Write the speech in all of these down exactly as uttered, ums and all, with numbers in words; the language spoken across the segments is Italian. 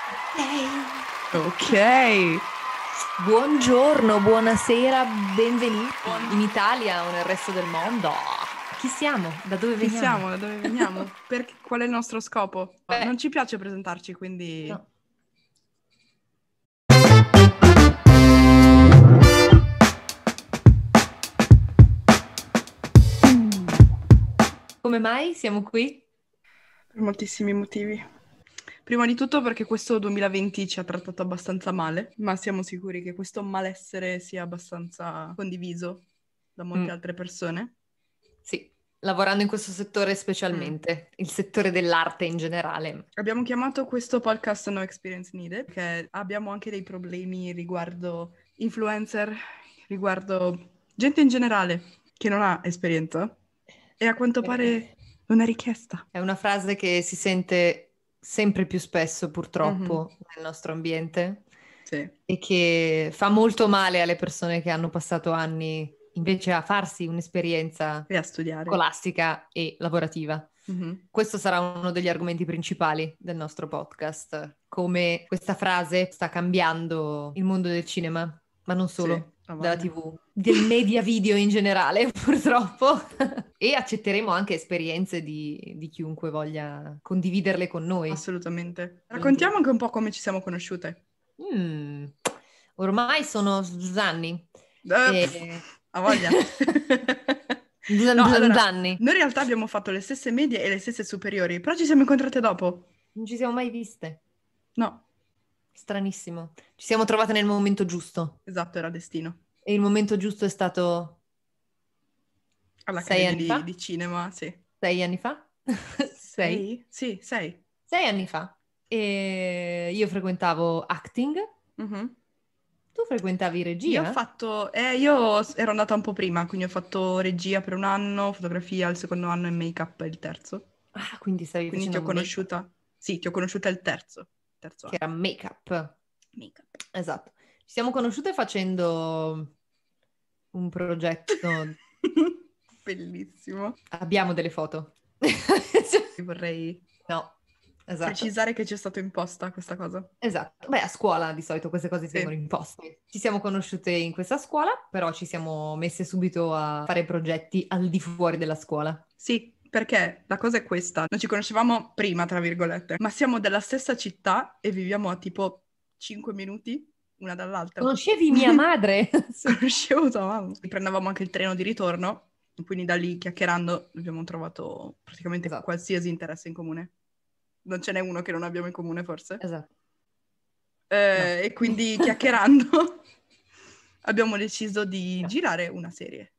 Ok. Buongiorno, buonasera, benvenuti in Italia o nel resto del mondo. Chi siamo? Da dove Chi veniamo? siamo? Da dove veniamo? Per- Qual è il nostro scopo? Beh. Non ci piace presentarci, quindi... No. Come mai siamo qui? Per moltissimi motivi. Prima di tutto perché questo duemilaventi ci ha trattato abbastanza male, ma siamo sicuri che questo malessere sia abbastanza condiviso da molte Mm. altre persone. Sì, lavorando in questo settore specialmente, il settore dell'arte in generale. Abbiamo chiamato questo podcast No Experience Needed perché abbiamo anche dei problemi riguardo influencer, riguardo gente in generale che non ha esperienza e a quanto pare non è richiesta. È una frase che si sente sempre più spesso purtroppo Mhm. nel nostro ambiente Sì. e che fa molto male alle persone che hanno passato anni invece a farsi un'esperienza E a studiare. scolastica e lavorativa. Mhm. Questo sarà uno degli argomenti principali del nostro podcast, come questa frase sta cambiando il mondo del cinema, ma non solo, Sì, ha della voglia. tivù, del media video in generale, purtroppo. E accetteremo anche esperienze di, di chiunque voglia condividerle con noi. Assolutamente. Raccontiamo anche un po' come ci siamo conosciute. Mm, ormai sono anni. Eh, E... pff, ha voglia. Blan- No, blan- allora, anni. noi in realtà abbiamo fatto le stesse medie e le stesse superiori, però ci siamo incontrate dopo. Non ci siamo mai viste. No, Stranissimo. Ci siamo trovate nel momento giusto. esatto, era destino. E il momento giusto è stato sei All'Accademia anni di, fa? di Cinema, sì. Sei anni fa? Sei? Sei? Sì, sei. Sei anni fa. E io frequentavo acting. Mhm. Tu frequentavi Io ho regia? fatto, eh, io ero andata un po' prima, quindi ho fatto regia per un anno, fotografia il secondo anno e make-up il terzo. Ah, quindi stavi Quindi ti facendo ho make-up, conosciuta, sì, ti ho conosciuta il terzo, terzo che era anno. make-up. Make-up. Esatto. Ci siamo conosciute facendo un progetto. Bellissimo. Abbiamo delle foto. Vorrei No, esatto. precisare che ci è stato imposta questa cosa. Esatto. Beh, a scuola di solito queste cose ti Sì. vengono imposte. Ci siamo conosciute in questa scuola, però ci siamo messe subito a fare progetti al di fuori della scuola. Sì, perché la cosa è questa, non ci conoscevamo prima, tra virgolette, ma siamo della stessa città e viviamo a tipo cinque minuti una dall'altra. Conoscevi mia madre? Conoscevo tua mamma. Prendevamo anche il treno di ritorno, quindi da lì chiacchierando abbiamo trovato praticamente Esatto. qualsiasi interesse in comune. Non ce n'è uno che non abbiamo in comune, forse. Esatto. Eh, No. E quindi chiacchierando abbiamo deciso di girare una serie.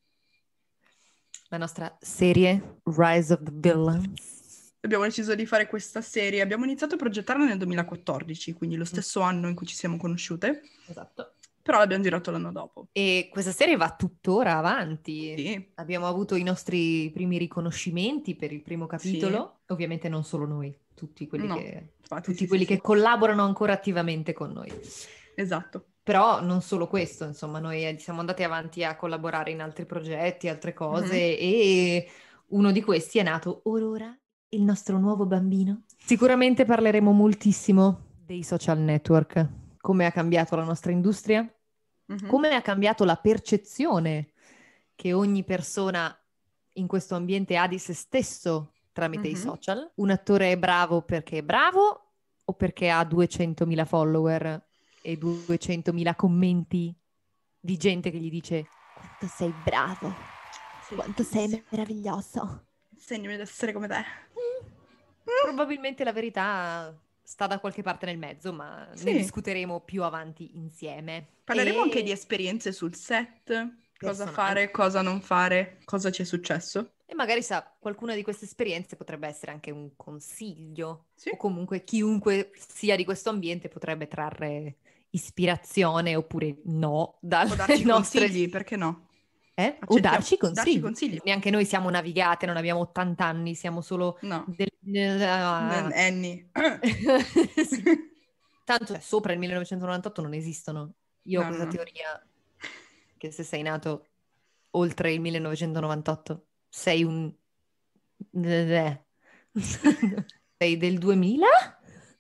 La nostra serie Rise of the Villains. Abbiamo deciso di fare questa serie. Abbiamo iniziato a progettarla nel duemilaquattordici, quindi lo stesso anno in cui ci siamo conosciute, Esatto. però l'abbiamo girato l'anno dopo. E questa serie va tuttora avanti. Sì, Abbiamo avuto i nostri primi riconoscimenti per il primo capitolo. Ovviamente non solo noi, tutti quelli, No, che, infatti, tutti sì, quelli sì, che sì. collaborano ancora attivamente con noi. Esatto. Però non solo questo, insomma, noi siamo andati avanti a collaborare in altri progetti, altre cose, Mhm. e uno di questi è nato Aurora, il nostro nuovo bambino. Sicuramente parleremo moltissimo dei social network, come ha cambiato la nostra industria, Mhm. come ha cambiato la percezione che ogni persona in questo ambiente ha di se stesso tramite i Mhm. social. Un attore è bravo perché è bravo o perché ha duecentomila follower e duecentomila commenti di gente che gli dice quanto sei bravo, Sì, quanto sei sì. meraviglioso. Insegnami ad essere come te. Mm. Probabilmente la verità sta da qualche parte nel mezzo, ma ne Sì. discuteremo più avanti insieme. Parleremo E anche di esperienze sul set, cosa personali. fare, cosa non fare, cosa ci è successo. E magari sa, qualcuna di queste esperienze potrebbe essere anche un consiglio, Sì. o comunque chiunque sia di questo ambiente potrebbe trarre ispirazione oppure no dalle O darci nostre... consigli, perché no? Eh? O Accettiamo- darci consigli. darci consigli. Neanche noi siamo navigate, non abbiamo ottanta anni, siamo solo... No. del- del- ah. Annie. Sì. Tanto cioè, sopra il millenovecentonovantotto non esistono. Io ho No, questa no, no. teoria che se sei nato oltre il millenovecentonovantotto sei un... sei del duemila?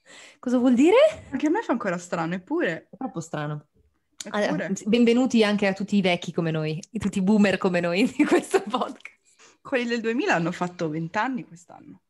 Cosa vuol dire? Anche a me fa ancora strano, eppure... È troppo strano. eppure... Allora, benvenuti anche a tutti i vecchi come noi, tutti i boomer come noi di questo podcast. Quelli del duemila hanno fatto vent'anni quest'anno.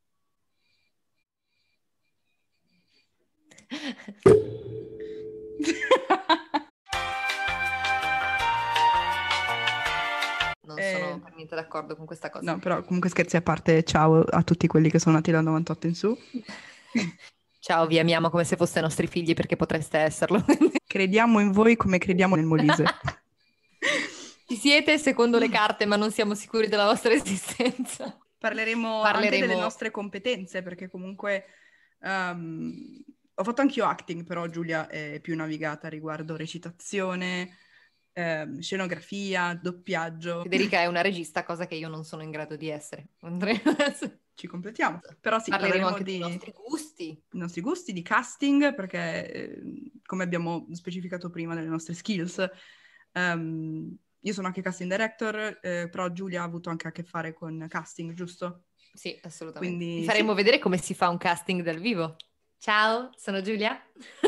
Non Eh, sono per niente d'accordo con questa cosa. No, però comunque scherzi a parte, ciao a tutti quelli che sono nati dal novantotto in su. Ciao, vi amiamo come se foste nostri figli perché potreste esserlo. Crediamo in voi come crediamo nel Molise. Ci siete secondo le carte, ma non siamo sicuri della vostra esistenza. Parleremo, Parleremo- anche delle nostre competenze, perché comunque um, ho fatto anch'io acting, però Giulia è più navigata riguardo recitazione, ehm, scenografia, doppiaggio. Federica è una regista, cosa che io non sono in grado di essere. Ci completiamo. Però sì, Parleremo parleremo anche di dei nostri gusti. i nostri gusti, di casting, perché eh, come abbiamo specificato prima nelle nostre skills, ehm, io sono anche casting director, eh, però Giulia ha avuto anche a che fare con casting, giusto? Sì, assolutamente. Quindi Vi faremo sì. vedere come si fa un casting dal vivo. Ciao, sono Giulia.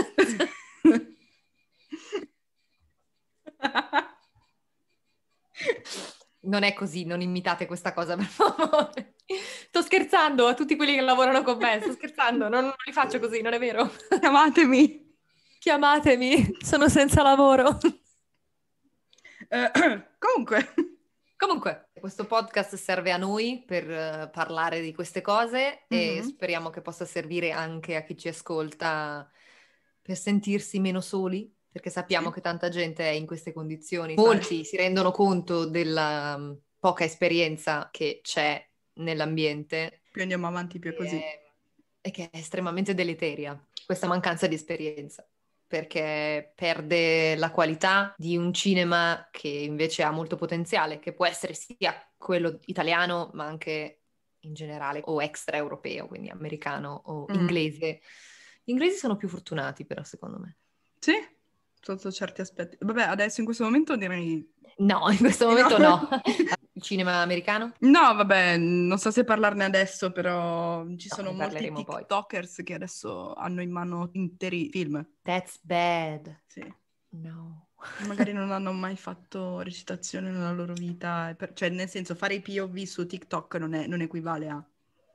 Non è così, non imitate questa cosa, per favore. Sto scherzando a tutti quelli che lavorano con me, sto scherzando, non, non li faccio così, non è vero. Chiamatemi! Chiamatemi, sono senza lavoro. Eh, comunque, Comunque, questo podcast serve a noi per uh, parlare di queste cose e Mhm. speriamo che possa servire anche a chi ci ascolta per sentirsi meno soli, perché sappiamo Sì. che tanta gente è in queste condizioni. Molti si rendono conto della um, poca esperienza che c'è nell'ambiente Più andiamo avanti, più è così. e, e che è estremamente deleteria questa mancanza di esperienza, perché perde la qualità di un cinema che invece ha molto potenziale, che può essere sia quello italiano, ma anche in generale, o extraeuropeo, quindi americano o Mm. inglese. Gli inglesi sono più fortunati, però, secondo me. Sì, sotto certi aspetti. Vabbè, adesso in questo momento direi... No, in questo momento no. Il cinema americano? No, vabbè, non so se parlarne adesso, però ci No, sono ne molti parleremo poi. TikTokers che adesso hanno in mano interi film. That's bad. Sì. No. Magari non hanno mai fatto recitazione nella loro vita, e per- cioè nel senso fare i P O V su TikTok non, è- non equivale a...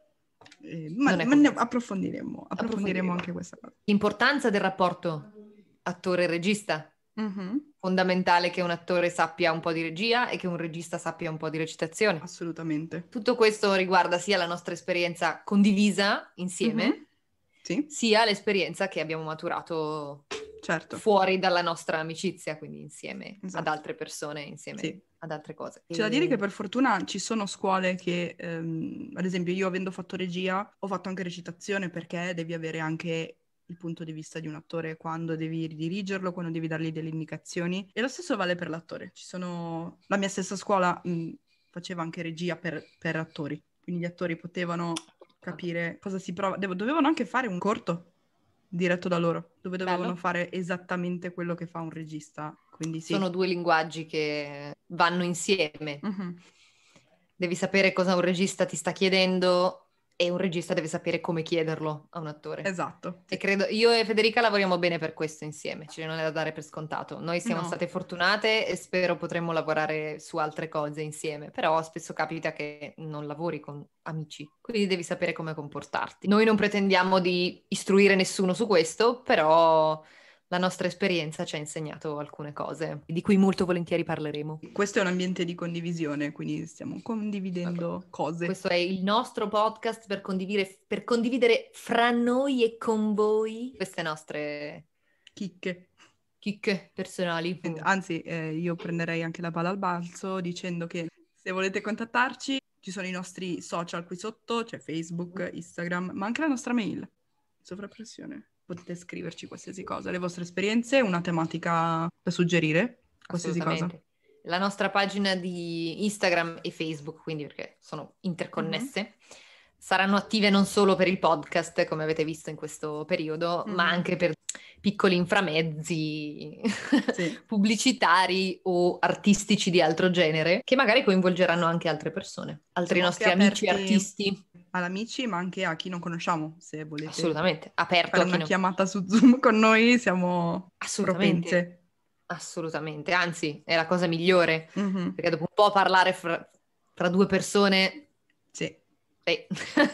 eh, ma Non è ma ne così. approfondiremo, approfondiremo anche questa cosa. L'importanza del rapporto attore-regista. Mhm, Fondamentale che un attore sappia un po' di regia e che un regista sappia un po' di recitazione. assolutamente. Tutto questo riguarda sia la nostra esperienza condivisa insieme, Mhm, sì, sia l'esperienza che abbiamo maturato certo. fuori dalla nostra amicizia, quindi insieme Esatto. ad altre persone, insieme Sì. ad altre cose. C'è da E- dire che per fortuna ci sono scuole che, ehm, ad esempio io avendo fatto regia, ho fatto anche recitazione perché devi avere anche il punto di vista di un attore quando devi dirigerlo, quando devi dargli delle indicazioni. E lo stesso vale per l'attore. Ci sono... La mia stessa scuola mh, faceva anche regia per, per attori, quindi gli attori potevano capire cosa si prova. Devo- dovevano anche fare un corto diretto da loro, dove dovevano Bello. fare esattamente quello che fa un regista. Quindi sì. Sono due linguaggi che vanno insieme. Mhm. Devi sapere cosa un regista ti sta chiedendo e un regista deve sapere come chiederlo a un attore. Esatto. E Sì. credo, io e Federica lavoriamo bene per questo insieme, ce non è da dare per scontato. Noi siamo No. state fortunate e spero potremmo lavorare su altre cose insieme, però spesso capita che non lavori con amici, quindi devi sapere come comportarti. Noi non pretendiamo di istruire nessuno su questo, però la nostra esperienza ci ha insegnato alcune cose, di cui molto volentieri parleremo. Questo è un ambiente di condivisione, quindi stiamo condividendo cose. Questo è il nostro podcast per condividere, per condividere fra noi e con voi queste nostre Chicche. chicche personali. Anzi, eh, io prenderei anche la palla al balzo dicendo che se volete contattarci ci sono i nostri social qui sotto, c'è Facebook, Instagram, ma anche la nostra mail. Sovrappressione. Potete scriverci qualsiasi cosa, le vostre esperienze, una tematica da suggerire, qualsiasi cosa. Assolutamente. La nostra pagina di Instagram e Facebook, quindi perché sono interconnesse, Mm-hmm. saranno attive non solo per il podcast, come avete visto in questo periodo, mm-hmm. ma anche per piccoli inframezzi Sì. pubblicitari o artistici di altro genere, che magari coinvolgeranno anche altre persone, altri Siamo nostri anche amici aperti artisti. ad amici, ma anche a chi non conosciamo, se volete Assolutamente, aperto fare a chi una non... chiamata su Zoom con noi, siamo Assolutamente, propense. assolutamente, anzi, è la cosa migliore, Mhm. perché dopo un po' parlare fra, fra due persone, Sì. eh,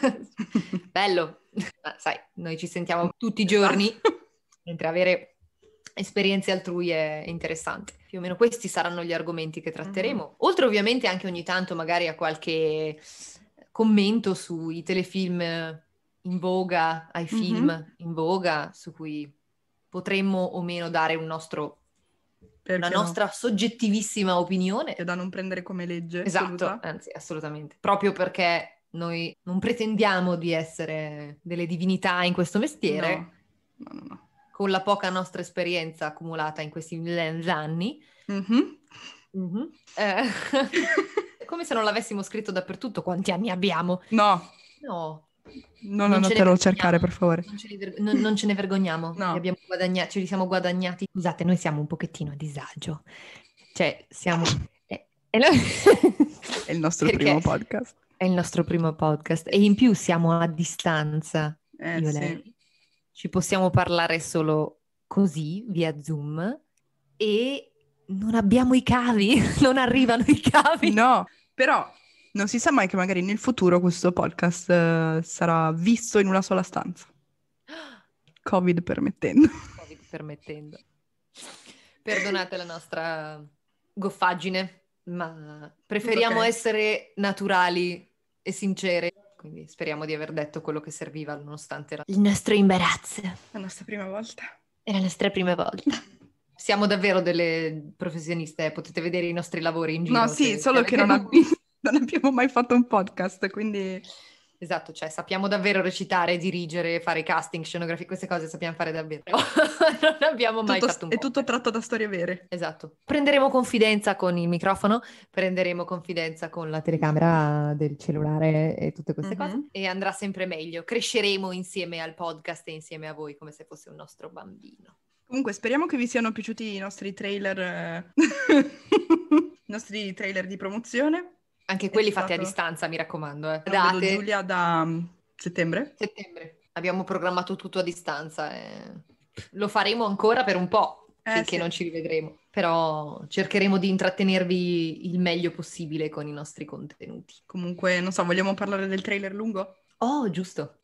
bello, ma sai, noi ci sentiamo tutti i Esatto. giorni, mentre avere esperienze altrui è interessante. Più o meno questi saranno gli argomenti che tratteremo, Mhm. oltre ovviamente anche ogni tanto magari a qualche commento sui telefilm in voga, ai film Mhm. in voga, su cui potremmo o meno dare un nostro, una Perché no? nostra soggettivissima opinione. È da non prendere come legge Esatto, assoluta. anzi, assolutamente. Proprio perché noi non pretendiamo di essere delle divinità in questo mestiere, No, no, no, no. con la poca nostra esperienza accumulata in questi anni. Mhm. Mhm. Eh, come se non l'avessimo scritto dappertutto. Quanti anni abbiamo? No, No, non non ce ne andatelo a cercare, vergogniamo. per favore. Non ce, ne ver- non- non ce ne vergogniamo. No. Li abbiamo guadagna- ce li siamo guadagnati. Scusate, noi siamo un pochettino a disagio. Cioè, siamo... eh, eh, no- È il nostro Perché primo podcast. è il nostro primo podcast e in più siamo a distanza, Eh io e sì. lei. Ci possiamo parlare solo così, via Zoom, e non abbiamo i cavi, non arrivano i cavi. No, però non si sa mai che magari nel futuro questo podcast eh, sarà visto in una sola stanza, Covid permettendo. Covid permettendo. Perdonate la nostra goffaggine, ma preferiamo ok. essere naturali e sincere. Quindi speriamo di aver detto quello che serviva, nonostante il nostro imbarazzo. La nostra prima volta. È la nostra prima volta. Siamo davvero delle professioniste, potete vedere i nostri lavori in giro. No, sì, se- se solo che avete non, ab- dubbi. non abbiamo mai fatto un podcast, quindi Esatto, cioè sappiamo davvero recitare, dirigere, fare casting, scenografie, queste cose sappiamo fare davvero. Non abbiamo mai tutto- fatto un è tutto podcast. tratto da storie vere. Esatto. Prenderemo confidenza con il microfono, prenderemo confidenza con la telecamera del cellulare e tutte queste cose Mhm. e andrà sempre meglio. Cresceremo insieme al podcast e insieme a voi come se fosse un nostro bambino. Comunque, speriamo che vi siano piaciuti i nostri trailer, eh, i nostri trailer di promozione. Anche È quelli fatti a stato- distanza, mi raccomando. Eh. Non vedo Date. Giulia da mm, settembre. Settembre. Abbiamo programmato tutto a distanza e lo faremo ancora per un po', Eh, finché sì. non ci rivedremo. Però cercheremo di intrattenervi il meglio possibile con i nostri contenuti. Comunque, non so, vogliamo parlare del trailer lungo? Oh, giusto.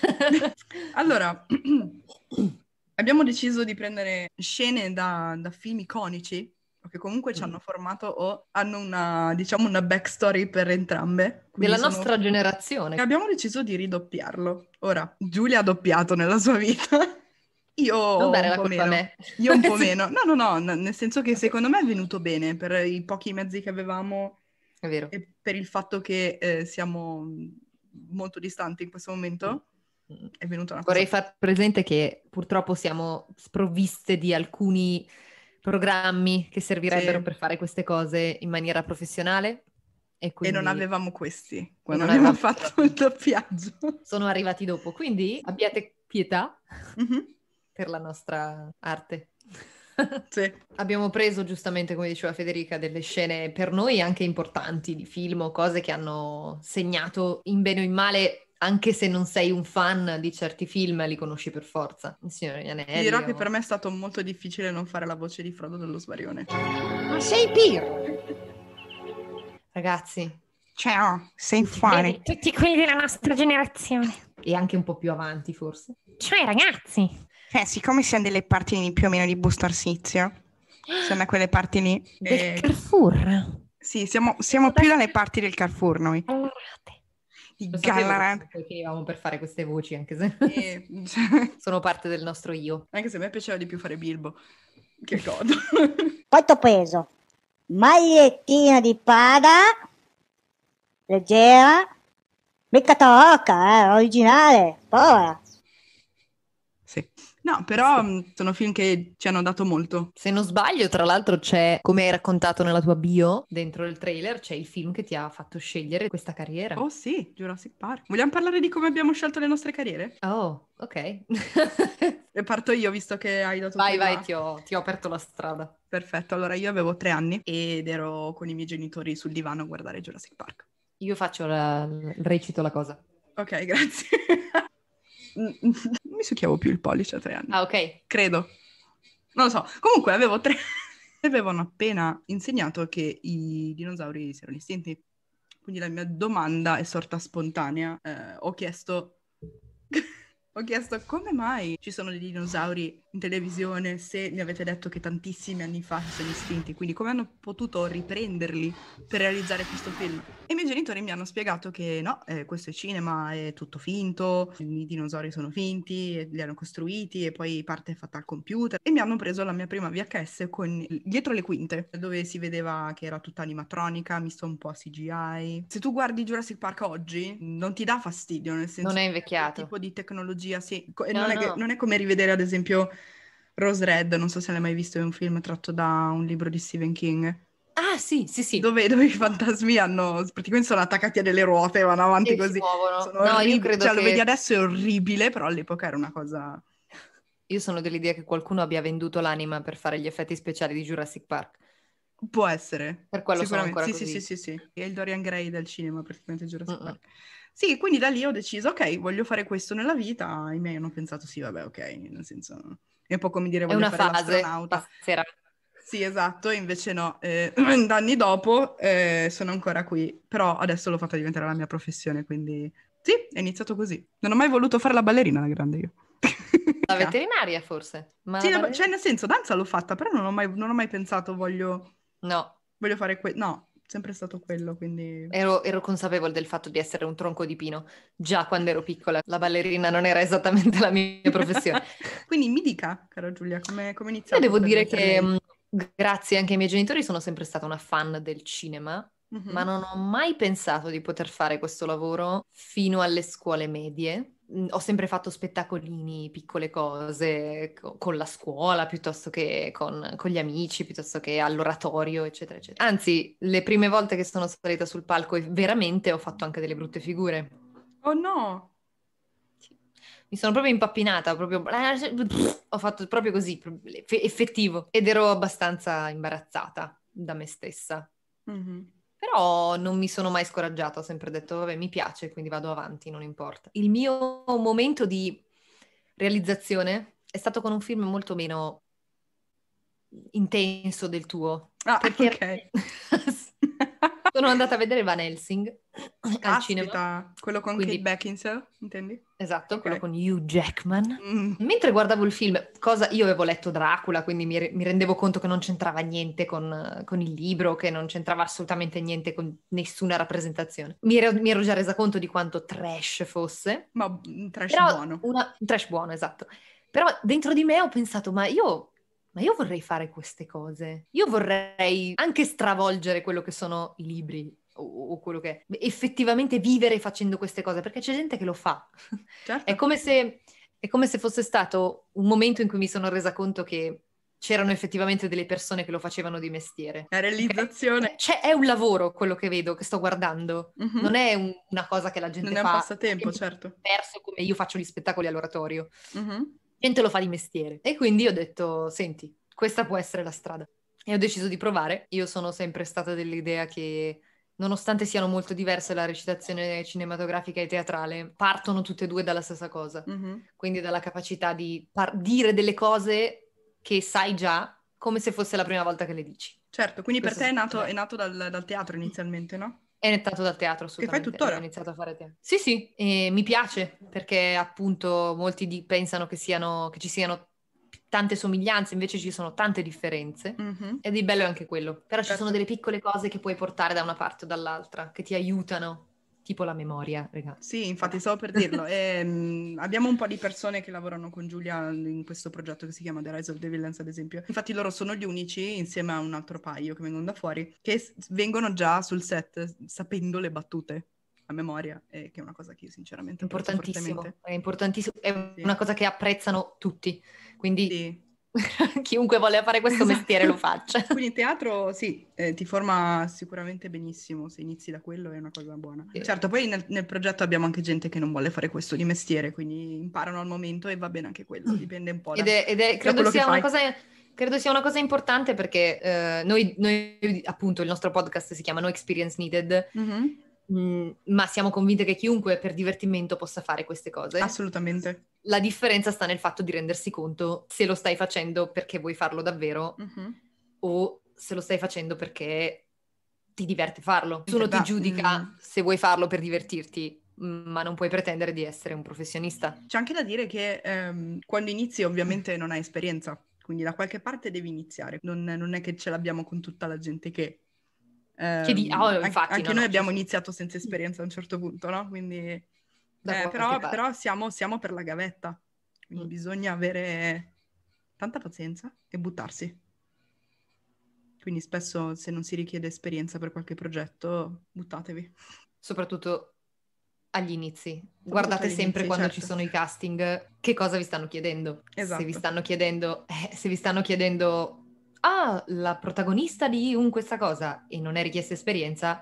Allora, abbiamo deciso di prendere scene da, da film iconici, che comunque ci Mm. hanno formato o hanno una, diciamo, una backstory per entrambe. Quindi Della sono- nostra E generazione. abbiamo deciso di ridoppiarlo. Ora, Giulia ha doppiato nella sua vita. Io Non dare un la po' colpa a meno. me. Io un po' meno. No, no, no, n- nel senso che secondo me è venuto bene per i pochi mezzi che avevamo È vero. e per il fatto che eh, siamo molto distanti in questo momento. È venuta una Vorrei cosa... far presente che purtroppo siamo sprovviste di alcuni programmi che servirebbero Sì. per fare queste cose in maniera professionale e E quindi non avevamo questi quando non abbiamo avevamo fatto il doppiaggio. sono arrivati dopo. Quindi abbiate pietà Mhm. per la nostra arte. Sì. Abbiamo preso giustamente, come diceva Federica, delle scene per noi anche importanti di film o cose che hanno segnato in bene o in male, anche se non sei un fan di certi film, li conosci per forza. Il Signore degli Ti Anelli. dirò o- che per me è stato molto difficile non fare la voce di Frodo dello Sbarione. Ma sei Pirro? Ragazzi, Ciao, sei Vedi, tutti quelli della nostra generazione. e anche un po' più avanti forse. Cioè, ragazzi. Eh, siccome siamo delle parti più o meno di Busto Arsizio, siamo da quelle parti lì. Del eh, Carrefour. sì, siamo, siamo più dalle parti del Carrefour noi. Gallarate. Di Lo sapevo Gallarate. che finivamo per fare queste voci, anche se E- sono parte del nostro io. Anche se a me piaceva di più fare Bilbo. Che godo. Quanto peso? Magliettina di pada, leggera, mica tocca, eh, originale, povera. Sì. No, però Sì. mh, sono film che ci hanno dato molto. Se non sbaglio, tra l'altro c'è, come hai raccontato nella tua bio, dentro il trailer, c'è il film che ti ha fatto scegliere questa carriera. Oh sì, Jurassic Park. Vogliamo parlare di come abbiamo scelto le nostre carriere? Oh, ok. E parto io, visto che hai dato Vai, tu vai, la- ti ho, ti ho aperto la strada. Perfetto, allora io avevo tre anni ed ero con i miei genitori sul divano a guardare Jurassic Park. Io faccio la, il recito la cosa. Ok, grazie. Non mi succhiavo più il pollice a tre anni. Ah, ok. Credo. Non lo so. Comunque avevo tre... Avevano appena insegnato che i dinosauri si erano estinti. Quindi la mia domanda è sorta spontanea. Eh, ho chiesto... Ho chiesto come mai ci sono dei dinosauri in televisione se mi avete detto che tantissimi anni fa si sono estinti, quindi come hanno potuto riprenderli per realizzare questo film? E i miei genitori mi hanno spiegato che no, eh, questo è cinema, è tutto finto, i dinosauri sono finti, e li hanno costruiti e poi parte è fatta al computer. E mi hanno preso la mia prima V H S con dietro le quinte, dove si vedeva che era tutta animatronica, misto un po' a C G I. Se tu guardi Jurassic Park oggi, non ti dà fastidio, nel senso Non è che invecchiato. quel tipo di tecnologia, sì. Co- e No, non, è che- no. non è come rivedere, ad esempio, Rose Red, non so se l'hai mai visto, è un film tratto da un libro di Stephen King, Ah, sì, sì, sì. dove, dove i fantasmi hanno, praticamente sono attaccati a delle ruote, vanno avanti E si così. muovono. Sono No, io orribili. credo Cioè, lo vedi che... adesso è orribile, però all'epoca era una cosa... Io sono dell'idea che qualcuno abbia venduto l'anima per fare gli effetti speciali di Jurassic Park. Può essere. Per quello sono Sicuramente. ancora Sì, sì, così. sì, sì, sì. È il Dorian Gray del cinema, praticamente Jurassic Mm-mm. Park. Sì, quindi da lì ho deciso, ok, voglio fare questo nella vita. I miei hanno pensato, sì, vabbè, ok, nel senso... È un po' come dire È voglio una fare fase, l'astronauta. passerà. Sì, esatto, invece no. Eh, anni dopo eh, sono ancora qui, però adesso l'ho fatta diventare la mia professione, quindi sì, è iniziato così. Non ho mai voluto fare la ballerina da grande io. La veterinaria forse, ma Sì, la la- ballerina- cioè nel senso, danza l'ho fatta, però non ho mai, non ho mai pensato voglio, No, voglio fare quello. No, sempre stato quello, quindi... ero, ero consapevole del fatto di essere un tronco di pino. Già quando ero piccola, la ballerina non era esattamente la mia professione. Quindi mi dica, cara Giulia, come è Io iniziato devo per dire essere che, lei? mh, grazie anche ai miei genitori, sono sempre stata una fan del cinema, Mhm. ma non ho mai pensato di poter fare questo lavoro fino alle scuole medie. Mm, Ho sempre fatto spettacolini, piccole cose co- con la scuola, piuttosto che con, con gli amici, piuttosto che all'oratorio, eccetera, eccetera. Anzi, le prime volte che sono salita sul palco e veramente ho fatto anche delle brutte figure. Oh no! Sì. Mi sono proprio impappinata, proprio... ho fatto proprio così, eff- effettivo. Ed ero abbastanza imbarazzata da me stessa. Mhm. Però non mi sono mai scoraggiata, ho sempre detto, vabbè, mi piace, quindi vado avanti, non importa. Il mio momento di realizzazione è stato con un film molto meno intenso del tuo, Ah, perché ok. sono andata a vedere Van Helsing al cinema. Caspita, quello con Quindi- Kate Beckinsale, intendi? Esatto, Ok. quello con Hugh Jackman. Mm. Mentre guardavo il film, cosa io avevo letto Dracula, quindi mi, re- mi rendevo conto che non c'entrava niente con, con il libro, che non c'entrava assolutamente niente con nessuna rappresentazione. Mi ero, mi ero già resa conto di quanto trash fosse. Ma un trash Però buono. una, un trash buono, esatto. Però dentro di me ho pensato, ma io, ma io vorrei fare queste cose. Io vorrei anche stravolgere quello che sono i libri o, o quello che è. Effettivamente vivere facendo queste cose, perché c'è gente che lo fa. Certo. È come se, è come se fosse stato un momento in cui mi sono resa conto che c'erano effettivamente delle persone che lo facevano di mestiere. La realizzazione. Ok? C'è, è un lavoro quello che vedo, che sto guardando. Mhm. Non è un- una cosa che la gente Non è un fa passatempo, certo. diverso come io faccio gli spettacoli all'oratorio. Mhm. Gente lo fa di mestiere. E quindi ho detto, senti, questa può essere la strada. E ho deciso di provare. Io sono sempre stata dell'idea che, nonostante siano molto diverse la recitazione cinematografica e teatrale, partono tutte e due dalla stessa cosa. Mhm. Quindi dalla capacità di par- dire delle cose che sai già, come se fosse la prima volta che le dici. Certo, quindi per Questo te è sì. nato, è nato dal, dal teatro inizialmente, no? È nettato dal teatro, Che fai assolutamente. tuttora? Ho iniziato a fare teatro. Sì, sì, e mi piace perché appunto molti di- pensano che siano, che ci siano tante somiglianze, invece ci sono tante differenze. Mhm. Ed il bello è anche quello. Però ci Certo. sono delle piccole cose che puoi portare da una parte o dall'altra, che ti aiutano, tipo la memoria, ragazzi. Sì, infatti stavo per dirlo. E, mm, abbiamo un po' di persone che lavorano con Giulia in questo progetto che si chiama The Rise of the Villains, ad esempio. Infatti loro sono gli unici, insieme a un altro paio che vengono da fuori, che s- vengono già sul set sapendo le battute. a memoria, e che è una cosa che io sinceramente apprezzo Importantissimo, fortemente. è importantissimo, è Sì. una cosa che apprezzano tutti, quindi Sì. chiunque voglia fare questo Esatto. mestiere lo faccia. Quindi teatro, sì, eh, ti forma sicuramente benissimo, se inizi da quello è una cosa buona. Sì. Certo, poi nel, nel progetto abbiamo anche gente che non vuole fare questo di mestiere, quindi imparano al momento e va bene anche quello, dipende un po' da, Ed è, ed è- da credo quello che sia una fai. cosa, credo sia una cosa importante perché eh, noi, noi, appunto, il nostro podcast si chiama No Experience Needed, Mhm. mh, ma siamo convinte che chiunque per divertimento possa fare queste cose. Assolutamente. La differenza sta nel fatto di rendersi conto se lo stai facendo perché vuoi farlo davvero Mhm. o se lo stai facendo perché ti diverte farlo. Nessuno ti Da- giudica mm. se vuoi farlo per divertirti, mm, ma non puoi pretendere di essere un professionista. C'è anche da dire che ehm, quando inizi ovviamente non hai esperienza, quindi da qualche parte devi iniziare, non, non è che ce l'abbiamo con tutta la gente che... Che di- ehm, oh, an- infatti, anche no, noi no, abbiamo ci- iniziato senza esperienza a un certo punto, no? Quindi... da Eh, qualche però, parte. però siamo, siamo per la gavetta, quindi Mm. bisogna avere tanta pazienza e buttarsi. Quindi spesso se non si richiede esperienza per qualche progetto, buttatevi. Soprattutto agli inizi. Guardate agli sempre inizi, quando certo. ci sono i casting che cosa vi stanno chiedendo. Esatto. Se vi stanno chiedendo, eh, se vi stanno chiedendo, ah, la protagonista di un questa cosa e non è richiesta esperienza,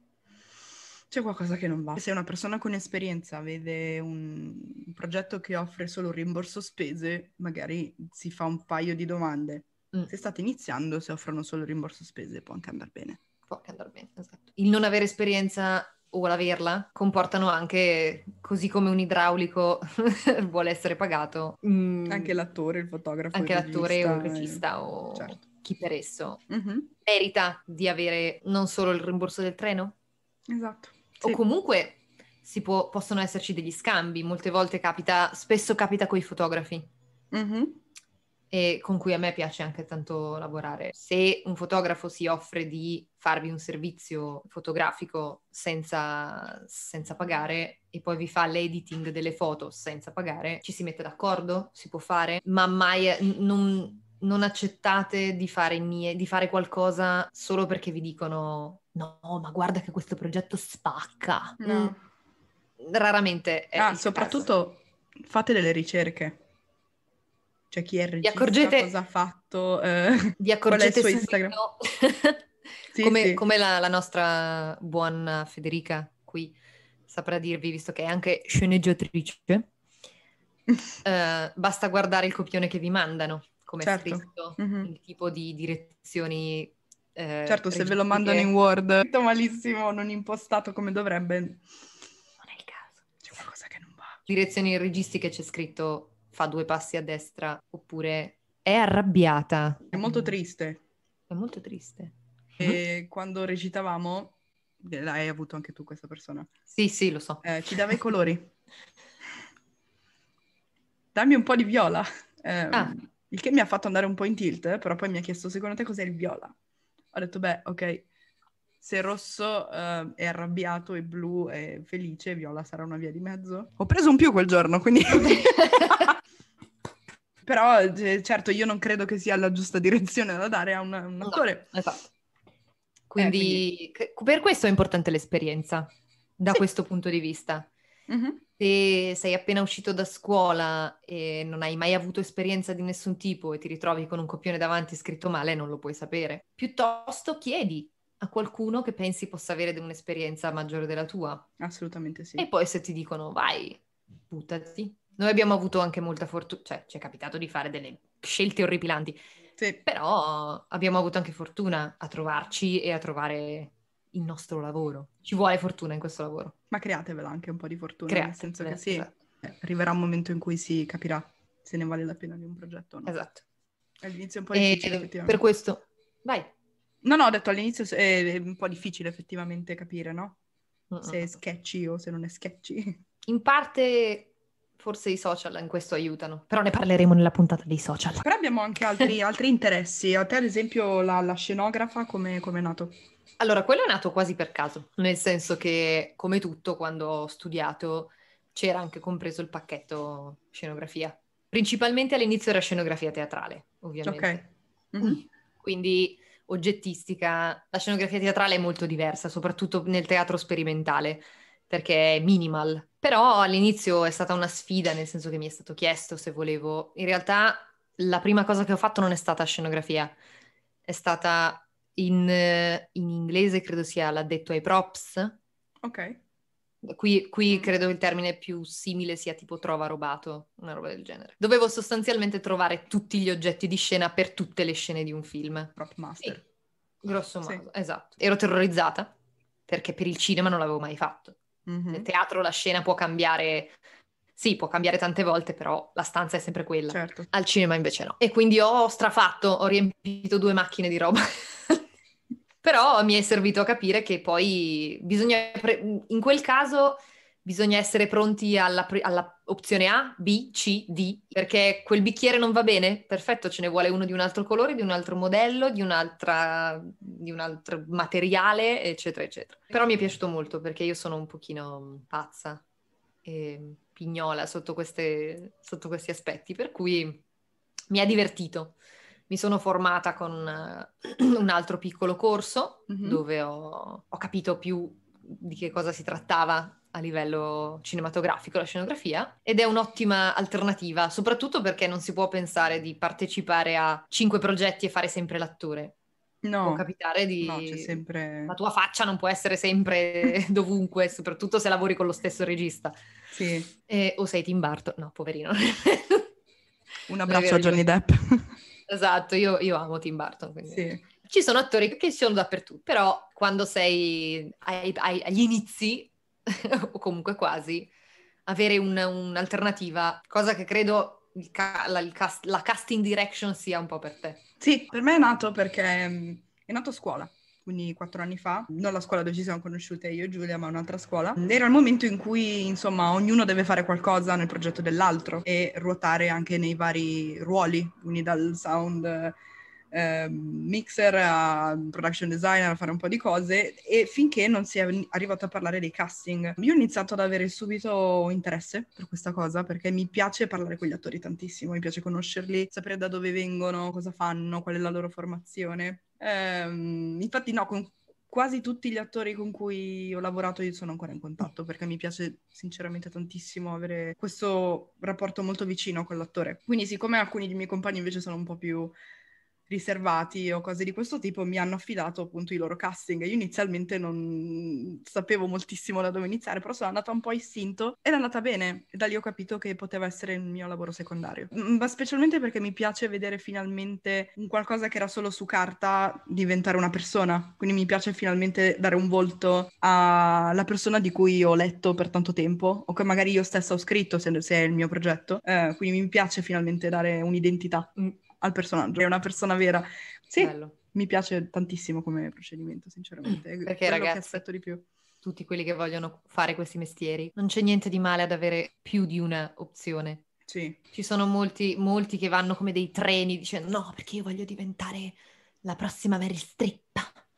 C'è qualcosa che non va. Se una persona con esperienza vede un un progetto che offre solo un rimborso spese, magari si fa un paio di domande. mm, Se state iniziando, se offrono solo il rimborso spese, può anche andare bene. può anche andare bene, esatto. Il non avere esperienza o l'averla comportano anche, così come un idraulico vuole essere pagato, mm, Anche l'attore, il fotografo, anche il l'attore o il regista, regista o certo. chi per esso Mhm, merita di avere non solo il rimborso del treno, esatto. o Sì. comunque si può- possono esserci degli scambi. Molte volte capita, spesso capita con i fotografi, Mhm, e con cui a me piace anche tanto lavorare. Se un fotografo si offre di farvi un servizio fotografico senza, senza pagare e poi vi fa l'editing delle foto senza pagare, ci si mette d'accordo, si può fare, ma mai n- non, non accettate di fare, nie- di fare qualcosa solo perché vi dicono no, ma guarda che questo progetto spacca. No. Mm, raramente è Ah, il soprattutto fate delle ricerche. Cioè chi è il Vi regista, accorgete- cosa ha fatto, eh, Vi qual è il accorgete suo subito, Instagram. Sì, come, sì. come la, la nostra buona Federica qui saprà dirvi, visto che è anche sceneggiatrice, eh, basta guardare il copione che vi mandano, come Certo. è scritto, Mhm. il tipo di direzioni eh, Certo, se ve lo registiche. mandano in Word, scritto malissimo, non impostato come dovrebbe, Non è il caso. c'è qualcosa che non va. Direzioni registiche c'è scritto fa due passi a destra, oppure è arrabbiata. È molto triste. È molto triste. E quando recitavamo, eh, l'hai avuto anche tu questa persona, Sì, sì, lo so. eh, ci dava i colori. Dammi un po' di viola. Ehm, Ah. Il che mi ha fatto andare un po' in tilt, eh, però poi mi ha chiesto, secondo te cos'è il viola? Ho detto, beh, ok, se rosso eh, è arrabbiato e blu è felice, viola sarà una via di mezzo. Ho preso un più quel giorno, quindi... Però, eh, certo, io non credo che sia la giusta direzione da dare a un, un attore. No, esatto. Quindi, quindi- che- per questo è importante l'esperienza, da Sì. questo punto di vista. Mhm. Se sei appena uscito da scuola e non hai mai avuto esperienza di nessun tipo e ti ritrovi con un copione davanti scritto male, non lo puoi sapere. Piuttosto chiedi a qualcuno che pensi possa avere un'esperienza maggiore della tua. Assolutamente sì. E poi se ti dicono vai, buttati. Noi abbiamo avuto anche molta fortuna, cioè ci è capitato di fare delle scelte orripilanti, Sì. però abbiamo avuto anche fortuna a trovarci e a trovare il nostro lavoro. Ci vuole fortuna in questo lavoro. Ma createvela anche un po' di fortuna, Create, nel senso che eh, sì, esatto. eh, arriverà un momento in cui si capirà se ne vale la pena di un progetto o no. Esatto. All'inizio è un po' E difficile, per effettivamente. questo, vai. No, no, ho detto all'inizio è è un po' difficile effettivamente capire, no? Se è Mm-mm. sketchy o se non è sketchy. In parte forse i social in questo aiutano, però ne parleremo nella puntata dei social. Però abbiamo anche altri, altri interessi. A te, ad esempio, la, la scenografa, come è nato? Allora, quello è nato quasi per caso, nel senso che, come tutto, quando ho studiato c'era anche compreso il pacchetto scenografia. Principalmente all'inizio era scenografia teatrale, ovviamente. Ok. Mhm. Quindi oggettistica. La scenografia teatrale è molto diversa, soprattutto nel teatro sperimentale. perché è minimal. Però all'inizio è stata una sfida, nel senso che mi è stato chiesto se volevo... In realtà la prima cosa che ho fatto non è stata scenografia, è stata in, eh, in inglese, credo sia l'addetto ai props. Ok. Qui, qui Mm. credo il termine più simile sia tipo trova robato, una roba del genere. Dovevo sostanzialmente trovare tutti gli oggetti di scena per tutte le scene di un film. Prop master. Sì, grosso Sì. modo, esatto. Ero terrorizzata perché per il cinema non l'avevo mai fatto. Mhm. Nel teatro la scena può cambiare, sì, può cambiare tante volte, però la stanza è sempre quella. Certo. Al cinema invece no. E quindi ho strafatto, ho riempito due macchine di roba. Però mi è servito a capire che poi bisogna, pre- in quel caso bisogna essere pronti alla, pri- alla opzione A, B, C, D, perché quel bicchiere non va bene? Perfetto, ce ne vuole uno di un altro colore, di un altro modello, di un'altra, di un altro materiale, eccetera, eccetera. Però mi è piaciuto molto perché io sono un pochino pazza e pignola sotto queste, sotto questi aspetti, per cui mi ha divertito. Mi sono formata con uh, un altro piccolo corso Mhm. dove ho, ho capito più di che cosa si trattava a livello cinematografico, la scenografia, ed è un'ottima alternativa, soprattutto perché non si può pensare di partecipare a cinque progetti e fare sempre l'attore. Può No, capitare di... no, c'è sempre... La tua faccia non può essere sempre dovunque, soprattutto se lavori con lo stesso regista. Sì, E- o sei Tim Burton. No, poverino. un Non è abbraccio vero, a io- Johnny Depp. Esatto, io, io amo Tim Burton, quindi... Sì. Ci sono attori che sono dappertutto, però quando sei ai- ai- agli inizi, o comunque quasi, avere un- un'alternativa, cosa che credo il ca- la, il cast- la casting direction sia un po' per te. Sì, per me è nato perché mm, è nato a scuola, quindi quattro anni fa, non la scuola dove ci siamo conosciute io e Giulia, ma un'altra scuola. Era il momento in cui, insomma, ognuno deve fare qualcosa nel progetto dell'altro e ruotare anche nei vari ruoli, quindi dal sound eh, mixer a production designer, a fare un po' di cose, e finché non si è arrivato a parlare dei casting. Io ho iniziato ad avere subito interesse per questa cosa, perché mi piace parlare con gli attori tantissimo, mi piace conoscerli, sapere da dove vengono, cosa fanno, qual è la loro formazione. Ehm, infatti no, con quasi tutti gli attori con cui ho lavorato io sono ancora in contatto, perché mi piace sinceramente tantissimo avere questo rapporto molto vicino con l'attore. Quindi siccome alcuni dei miei compagni invece sono un po' più riservati o cose di questo tipo, mi hanno affidato appunto i loro casting. Io inizialmente non sapevo moltissimo da dove iniziare, però sono andata un po' a istinto ed è andata bene, e da lì ho capito che poteva essere il mio lavoro secondario. Mm, ma specialmente perché mi piace vedere finalmente un qualcosa che era solo su carta diventare una persona, quindi mi piace finalmente dare un volto alla persona di cui ho letto per tanto tempo o che magari io stessa ho scritto, se, se è il mio progetto. Eh, quindi mi piace finalmente dare un'identità Mm, al personaggio, è una persona vera. Sì, bello. mi piace tantissimo come procedimento, sinceramente. È Perché, quello che ragazzi, aspetto di più. tutti quelli che vogliono fare questi mestieri, non c'è niente di male ad avere più di una opzione. Sì, Ci sono molti, molti che vanno come dei treni dicendo no, perché io voglio diventare la prossima Meryl Streep.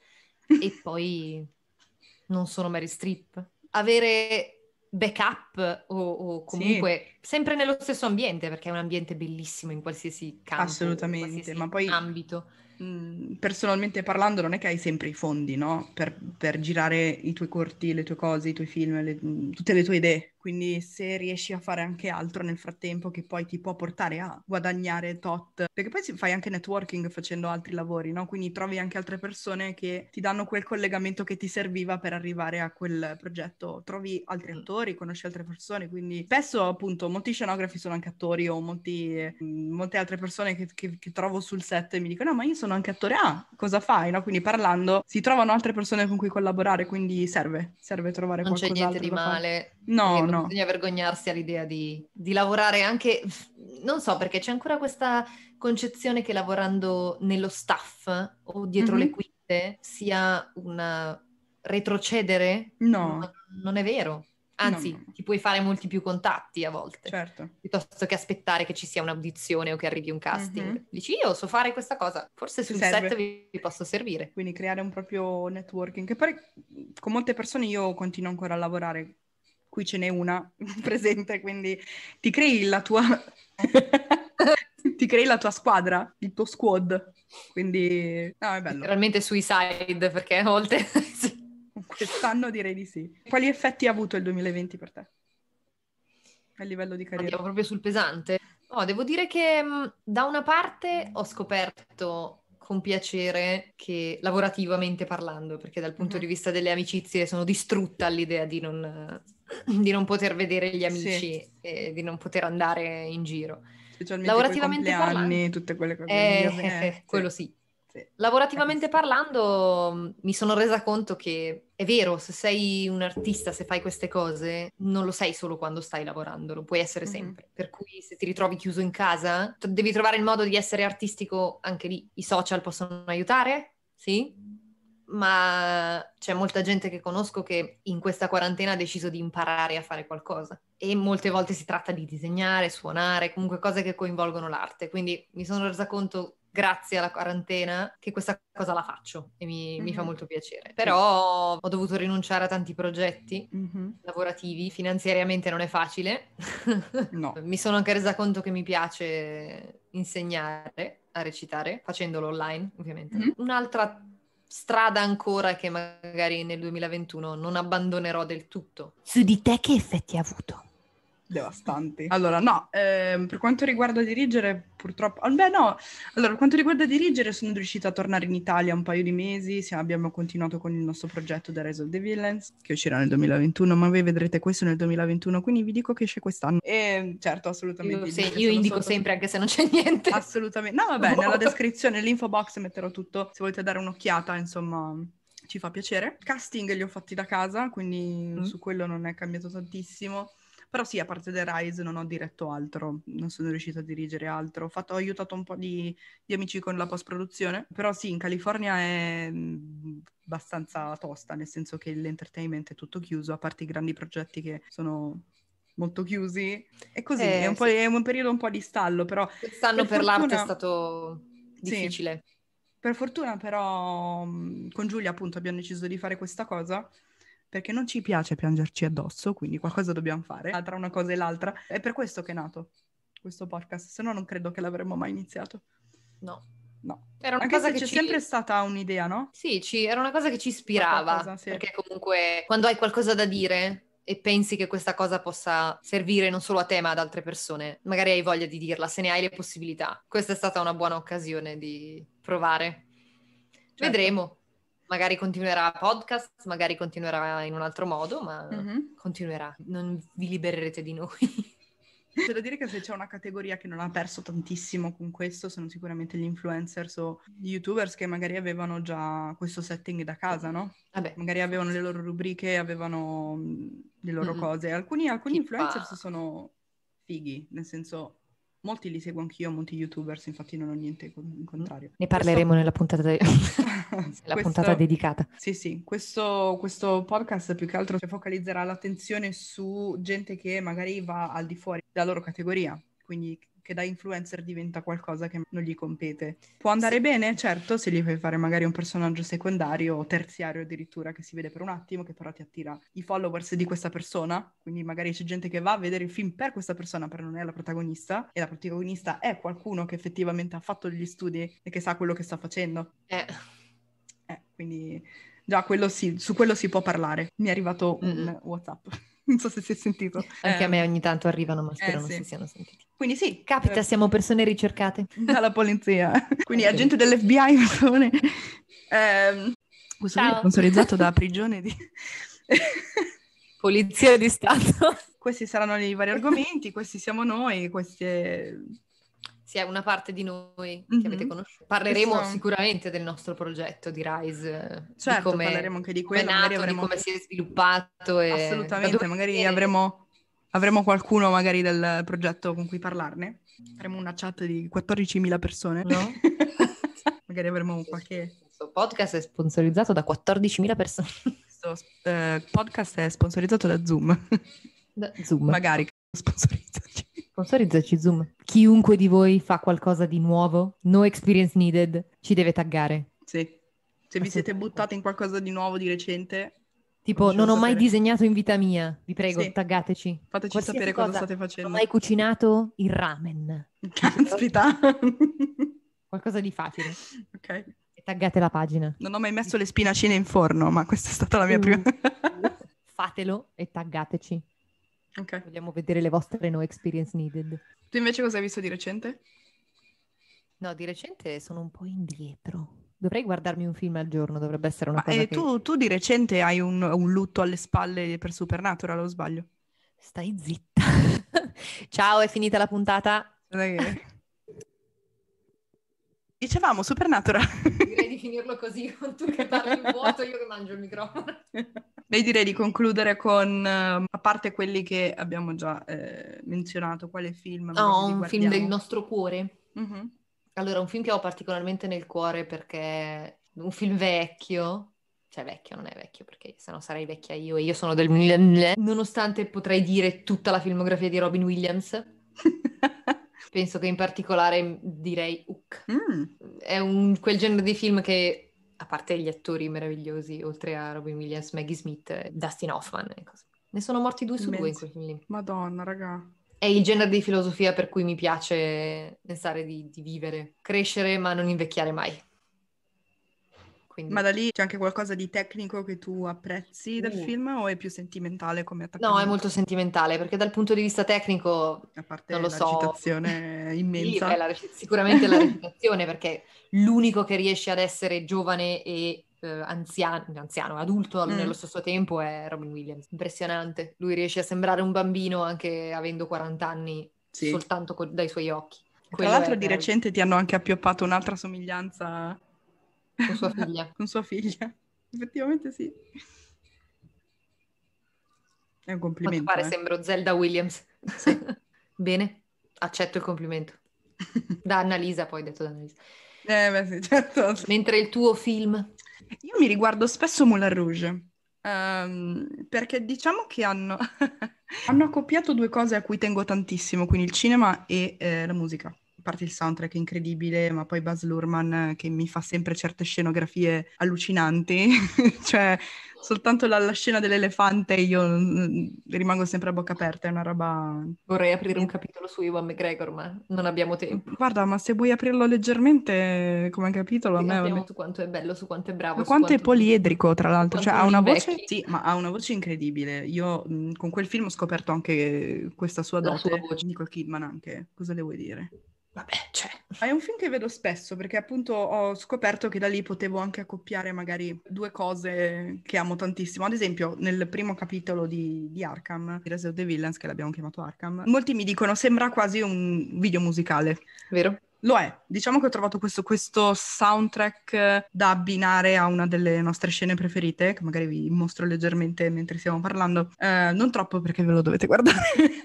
E poi non sono Meryl Streep. Avere backup o, o comunque sempre nello stesso ambiente, perché è un ambiente bellissimo in qualsiasi campo, in assolutamente, qualsiasi ma poi ambito. mh, personalmente parlando non è che hai sempre i fondi, no? Per, per girare i tuoi corti, le tue cose, i tuoi film, le- mh, tutte le tue idee. Quindi se riesci a fare anche altro nel frattempo che poi ti può portare a guadagnare tot, perché poi si- fai anche networking facendo altri lavori, no? Quindi trovi anche altre persone che ti danno quel collegamento che ti serviva per arrivare a quel progetto. Trovi altri attori, conosci altre persone, quindi spesso appunto molti scenografi sono anche attori o molti, eh, molte altre persone che, che- che trovo sul set e mi dicono no ma io sono anche attore, ah cosa fai? No? Quindi parlando si trovano altre persone con cui collaborare, quindi serve, serve trovare Non c'è niente qualcos'altro di da fare. male. No, E non no. bisogna vergognarsi all'idea di, di lavorare anche, non so, perché c'è ancora questa concezione che lavorando nello staff o dietro le Mhm. quinte sia una retrocedere. No. Ma non è vero. No, Anzi, no, no. ti puoi fare molti più contatti a volte, Certo. piuttosto che aspettare che ci sia un'audizione o che arrivi un casting. Mhm. Dici, io so fare questa cosa, forse Ti sul serve. set vi, vi posso servire. Quindi creare un proprio networking, che poi con molte persone io continuo ancora a lavorare. Qui ce n'è una presente, quindi ti crei la tua ti crei la tua squadra, il tuo squad. Quindi no, è bello. Letteralmente suicide, perché a volte... Quest'anno direi di sì. Quali effetti ha avuto il duemilaventi per te? A livello di carriera? Andiamo proprio sul pesante. No, devo dire che mh, da una parte ho scoperto con piacere che lavorativamente parlando, perché dal punto Mhm. di vista delle amicizie sono distrutta all'idea di non, di non poter vedere gli amici Sì. e di non poter andare in giro. Specialmente con i Lavorativamente compleanni, parlando, tutte quelle cose eh, lì. eh, Eh, eh, quello sì. sì. Sì. Lavorativamente Capisco. parlando, mh, mi sono resa conto che è vero, se sei un artista, se fai queste cose, non lo sei solo quando stai lavorando, lo puoi essere Mhm. sempre. Per cui se ti ritrovi chiuso in casa, t- devi trovare il modo di essere artistico anche lì. I social possono aiutare, sì, ma c'è molta gente che conosco che in questa quarantena ha deciso di imparare a fare qualcosa. E molte volte si tratta di disegnare, suonare, comunque cose che coinvolgono l'arte. Quindi mi sono resa conto, grazie alla quarantena, che questa cosa la faccio e mi, mi fa Mhm. molto piacere. Però ho dovuto rinunciare a tanti progetti Mhm. lavorativi, finanziariamente non è facile. No. Mi sono anche resa conto che mi piace insegnare a recitare, facendolo online, ovviamente. Mhm. Un'altra strada ancora che magari nel duemilaventuno non abbandonerò del tutto. Su di te che effetti ha avuto? Devastanti. Allora, no, ehm, per quanto riguarda dirigere, purtroppo... ah, Beh, no, allora, per quanto riguarda dirigere, sono riuscita a tornare in Italia un paio di mesi, sì, abbiamo continuato con il nostro progetto The Rise of the Villains, che uscirà nel duemilaventuno, ma voi vedrete questo nel duemilaventuno, quindi vi dico che esce quest'anno. E certo, assolutamente. Io, i se- link io sono indico sotto. sempre anche se non c'è niente. Assolutamente. No, vabbè, nella descrizione, nell'info box metterò tutto, se volete dare un'occhiata, insomma... Ci fa piacere. Casting li ho fatti da casa, quindi Mm. su quello non è cambiato tantissimo. Però sì, a parte The Rise non ho diretto altro, non sono riuscita a dirigere altro. Ho, fatto, ho aiutato un po' di, di amici con la post-produzione, però sì, in California è mh, abbastanza tosta, nel senso che l'entertainment è tutto chiuso, a parte i grandi progetti che sono molto chiusi. E così, Eh, è, un po', sì. è un periodo un po' di stallo, però Quest'anno per per l'arte è fortuna- stato Sì. difficile. Per fortuna però mh, con Giulia appunto abbiamo deciso di fare questa cosa perché non ci piace piangerci addosso, quindi qualcosa dobbiamo fare tra una cosa e l'altra. È per questo che è nato questo podcast, se no non credo che l'avremmo mai iniziato. No. No. Era una Anche cosa se che c'è ci... sempre stata un'idea, no? Sì, ci- era una cosa che ci Fa ispirava, qualcosa, sì. perché comunque quando hai qualcosa da dire e pensi che questa cosa possa servire non solo a te ma ad altre persone, magari hai voglia di dirla, se ne hai le possibilità. Questa è stata una buona occasione di provare. Certo. Vedremo. Magari continuerà podcast, magari continuerà in un altro modo, ma Mhm. continuerà. Non vi libererete di noi. C'è da dire che se c'è una categoria che non ha perso tantissimo con questo sono sicuramente gli influencers o gli youtubers che magari avevano già questo setting da casa, no? Vabbè, Magari avevano le loro rubriche, avevano mh, le loro Mm-mm. cose. Alcuni, alcuni Chi influencers fa- sono fighi, nel senso, molti li seguo anch'io, molti youtubers, infatti non ho niente con- in contrario. Ne parleremo nella puntata, de- nella Questo- puntata dedicata. Sì, sì, questo, questo podcast più che altro focalizzerà l'attenzione su gente che magari va al di fuori della loro categoria, quindi che da influencer diventa qualcosa che non gli compete. Può andare Sì. bene, certo, se gli fai fare magari un personaggio secondario o terziario addirittura che si vede per un attimo, che però ti attira i followers di questa persona, quindi magari c'è gente che va a vedere il film per questa persona, però non è la protagonista, e la protagonista è qualcuno che effettivamente ha fatto gli studi e che sa quello che sta facendo. Eh. Eh, quindi già quello sì, su quello si può parlare. Mi è arrivato un Mm-mm. WhatsApp, non so se si è sentito. Anche a me Ehm, ogni tanto arrivano, ma spero eh, non sì. si siano sentiti. Quindi sì. Capita, eh, siamo persone ricercate. dalla polizia. Quindi Ok. agente dell'F B I, persone. Ehm, questo video è Ciao. sponsorizzato da prigione di... Polizia di Stato. Questi saranno i vari argomenti, questi siamo noi, questi è... Sì, è una parte di noi Mhm. che avete conosciuto. Parleremo Questo- sicuramente del nostro progetto di Rise, di Certo, come, parleremo anche di come è quello, magari nato, avremo... di come si è sviluppato e da Assolutamente, dove magari viene. avremo, avremo qualcuno magari del progetto con cui parlarne. Faremo una chat di quattordicimila persone. No? Magari avremo qualche... Questo podcast è sponsorizzato da quattordicimila persone. Questo eh, podcast è sponsorizzato da Zoom. Da Zoom. Magari sponsorizzaci. Sponsorizzaci Zoom. Chiunque di voi fa qualcosa di nuovo, no experience needed, ci deve taggare. Sì. Se vi siete Assolutamente. buttati in qualcosa di nuovo, di recente, Tipo, fatecelo non ho mai sapere. disegnato in vita mia, vi prego, Sì. taggateci. Fateci Qualsiasi sapere cosa state Non ho facendo. mai cucinato il ramen. Caspita. Qualcosa di facile. Ok. E E taggate la pagina. Non ho mai messo le spinacine in forno, ma questa è stata la mia Uh. prima... Fatelo e taggateci. Ok. Vogliamo vedere le vostre no experience needed. Tu invece cosa hai visto di recente? No, di recente sono un po' indietro. Dovrei guardarmi un film al giorno, dovrebbe essere una Ma, cosa eh, che... tu, tu di recente hai un, un lutto alle spalle per Supernatural, o sbaglio? Stai zitta. Ciao, è finita la puntata. Non è che- Dicevamo Supernatural. Direi di finirlo così, con tu che parli in vuoto, io che mangio il microfono. Beh, direi di concludere con, eh, a parte quelli che abbiamo già eh, menzionato, quale film No, magari un film riguardiamo? del nostro cuore. Mhm. Allora, un film che ho particolarmente nel cuore perché è un film vecchio, cioè vecchio, non è vecchio perché sennò sarei vecchia io e io sono del mille, nonostante potrei dire tutta la filmografia di Robin Williams. Penso che in particolare direi Hook. Mm. È un, quel genere di film che, a parte gli attori meravigliosi, oltre a Robin Williams, Maggie Smith, Dustin Hoffman e così. Ne sono morti due su due in Immensi. quel film lì. Madonna, raga. È il genere di filosofia per cui mi piace pensare di, di vivere, crescere ma non invecchiare mai. Quindi... Ma da lì c'è anche qualcosa di tecnico che tu apprezzi del Uh. film o è più sentimentale come No, attaccamento? è molto sentimentale perché dal punto di vista tecnico, A parte non lo la so, recitazione sì, immensa. beh, la rec- sicuramente la recitazione perché l'unico che riesce ad essere giovane e eh, anziano, anziano, adulto al- Mm. nello stesso tempo è Robin Williams. Impressionante. Lui riesce a sembrare un bambino anche avendo quaranta anni Sì. soltanto co- dai suoi occhi. Tra Quello l'altro è di meraviglioso. recente ti hanno anche appioppato un'altra somiglianza Con sua figlia. con sua figlia. Effettivamente sì. È un Quanto complimento, pare eh. sembro Zelda Williams. Sì. Bene, accetto il complimento. Da Annalisa, poi detto da Annalisa. Eh, beh, sì, certo. Mentre il tuo film... Io mi riguardo spesso Moulin Rouge, ehm, perché diciamo che hanno, hanno accoppiato due cose a cui tengo tantissimo, quindi il cinema e eh, la musica. A parte il soundtrack incredibile, ma poi Baz Luhrmann eh, che mi fa sempre certe scenografie allucinanti, cioè soltanto la, la scena dell'elefante io mm, rimango sempre a bocca aperta, è una roba... Vorrei aprire un capitolo su Ewan McGregor, ma non abbiamo tempo. Guarda, ma se vuoi aprirlo leggermente come capitolo, a Sì, me... apriamo su quanto è bello, su quanto è bravo, Ma su quanto è quanto, poliedrico, tra su l'altro, cioè quanto ha non una voce, invecchi. sì, ma ha una voce incredibile. Io mh, con quel film ho scoperto anche questa sua La sua dote, voce. Nicole Kidman anche, cosa le vuoi dire? Vabbè, cioè... Ma è un film che vedo spesso perché appunto ho scoperto che da lì potevo anche accoppiare magari due cose che amo tantissimo. Ad esempio, nel primo capitolo di, di Arkham, di Rise of the Villains, che l'abbiamo chiamato Arkham, molti mi dicono sembra quasi un video musicale. Vero? Lo è, diciamo che ho trovato questo, questo soundtrack eh, da abbinare a una delle nostre scene preferite, che magari vi mostro leggermente mentre stiamo parlando. Eh, non troppo perché ve lo dovete guardare.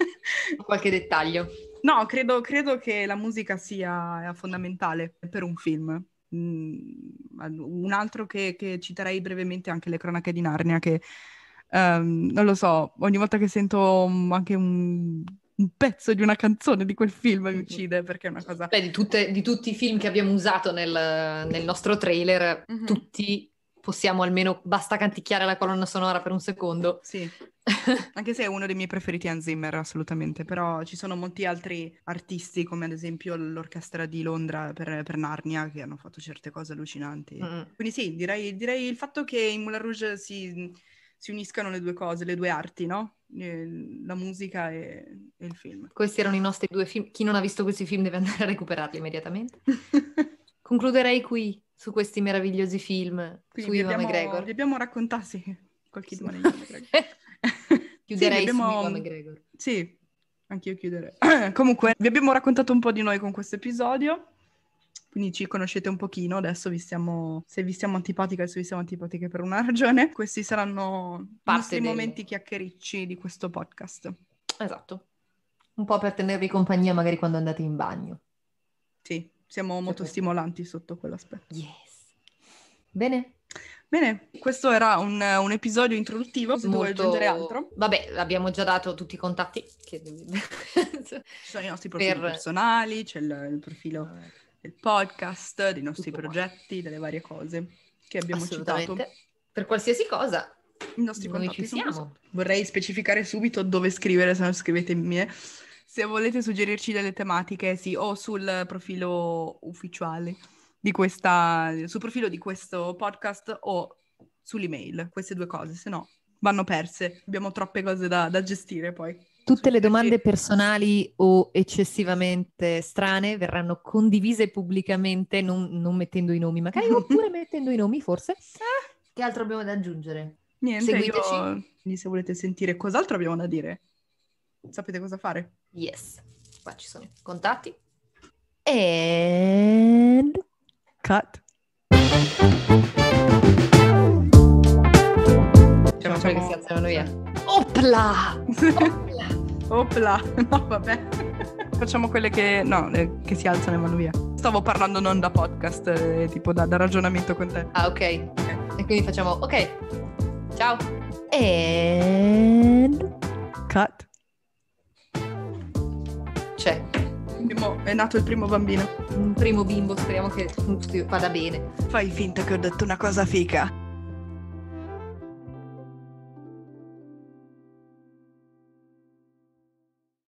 Qualche dettaglio. No, credo, credo che la musica sia fondamentale per un film. Mm, un altro che, che citerei brevemente è anche Le Cronache di Narnia, che ehm, non lo so, ogni volta che sento anche un, un pezzo di una canzone di quel film mi uccide perché è una cosa... Beh, di, tutte- di tutti i film che abbiamo usato nel, nel nostro trailer, Mhm. tutti possiamo almeno, basta canticchiare la colonna sonora per un secondo. Sì, anche se è uno dei miei preferiti Hans Zimmer, assolutamente, però ci sono molti altri artisti, come ad esempio l'orchestra di Londra per, per Narnia, che hanno fatto certe cose allucinanti. Mm. Quindi sì, direi, direi il fatto che in Moulin Rouge si, si uniscano le due cose, le due arti, no? Eh, La musica e, e il film. Questi erano i nostri due film. Chi non ha visto questi film deve andare a recuperarli immediatamente. Concluderei qui su questi meravigliosi film Quindi su vi Ewan abbiamo, McGregor. vi abbiamo raccontati col Sì. Kidman e Ewan McGregor. Chiuderei Sì, vi abbiamo- su Ewan McGregor. Sì, anch'io chiuderei. Comunque, vi abbiamo raccontato un po' di noi con questo episodio, quindi ci conoscete un pochino, adesso vi stiamo, se vi stiamo antipatica e se vi siamo antipatiche per una ragione, questi saranno i Parte nostri del- momenti chiacchiericci di questo podcast. Esatto. Un po' per tenervi compagnia magari quando andate in bagno. Sì, siamo molto per- stimolanti sotto quell'aspetto. Yes. Bene. Bene, questo era un, un episodio introduttivo, se tu vuoi Molto- aggiungere altro. Vabbè, abbiamo già dato tutti i contatti. Che... Ci sono i nostri profili Per- personali, c'è il, il profilo del podcast, dei nostri Tutto qua. progetti, delle varie cose che abbiamo Assolutamente. citato. Per qualsiasi cosa, I nostri noi contatti ci sono qui siamo. sotto. Vorrei specificare subito dove scrivere, se no scrivetemi. eh. Se volete suggerirci delle tematiche, sì, o sul profilo ufficiale di di questa, sul profilo di questo podcast o sull'email, queste due cose, se no vanno perse, abbiamo troppe cose da, da gestire poi. Tutte le domande personali o eccessivamente strane verranno condivise pubblicamente, non, non mettendo i nomi, magari oppure mettendo i nomi, forse. Che altro abbiamo da aggiungere? Niente, Seguiteci. io, quindi se volete sentire cos'altro abbiamo da dire, sapete cosa fare. Yes, qua ci sono i contatti. And Cut. Facciamo quelli che si alzano via. Opla! Opla! Opla, no vabbè. Facciamo quelle che, no, eh, che si alzano e vanno via. Stavo parlando non da podcast, eh, tipo da, da ragionamento con te. Ah, ok. E quindi facciamo, ok, ciao. and Cut. C'è Primo- è nato il primo bambino. un primo bimbo, speriamo che vada bene. Fai finta che ho detto una cosa fica.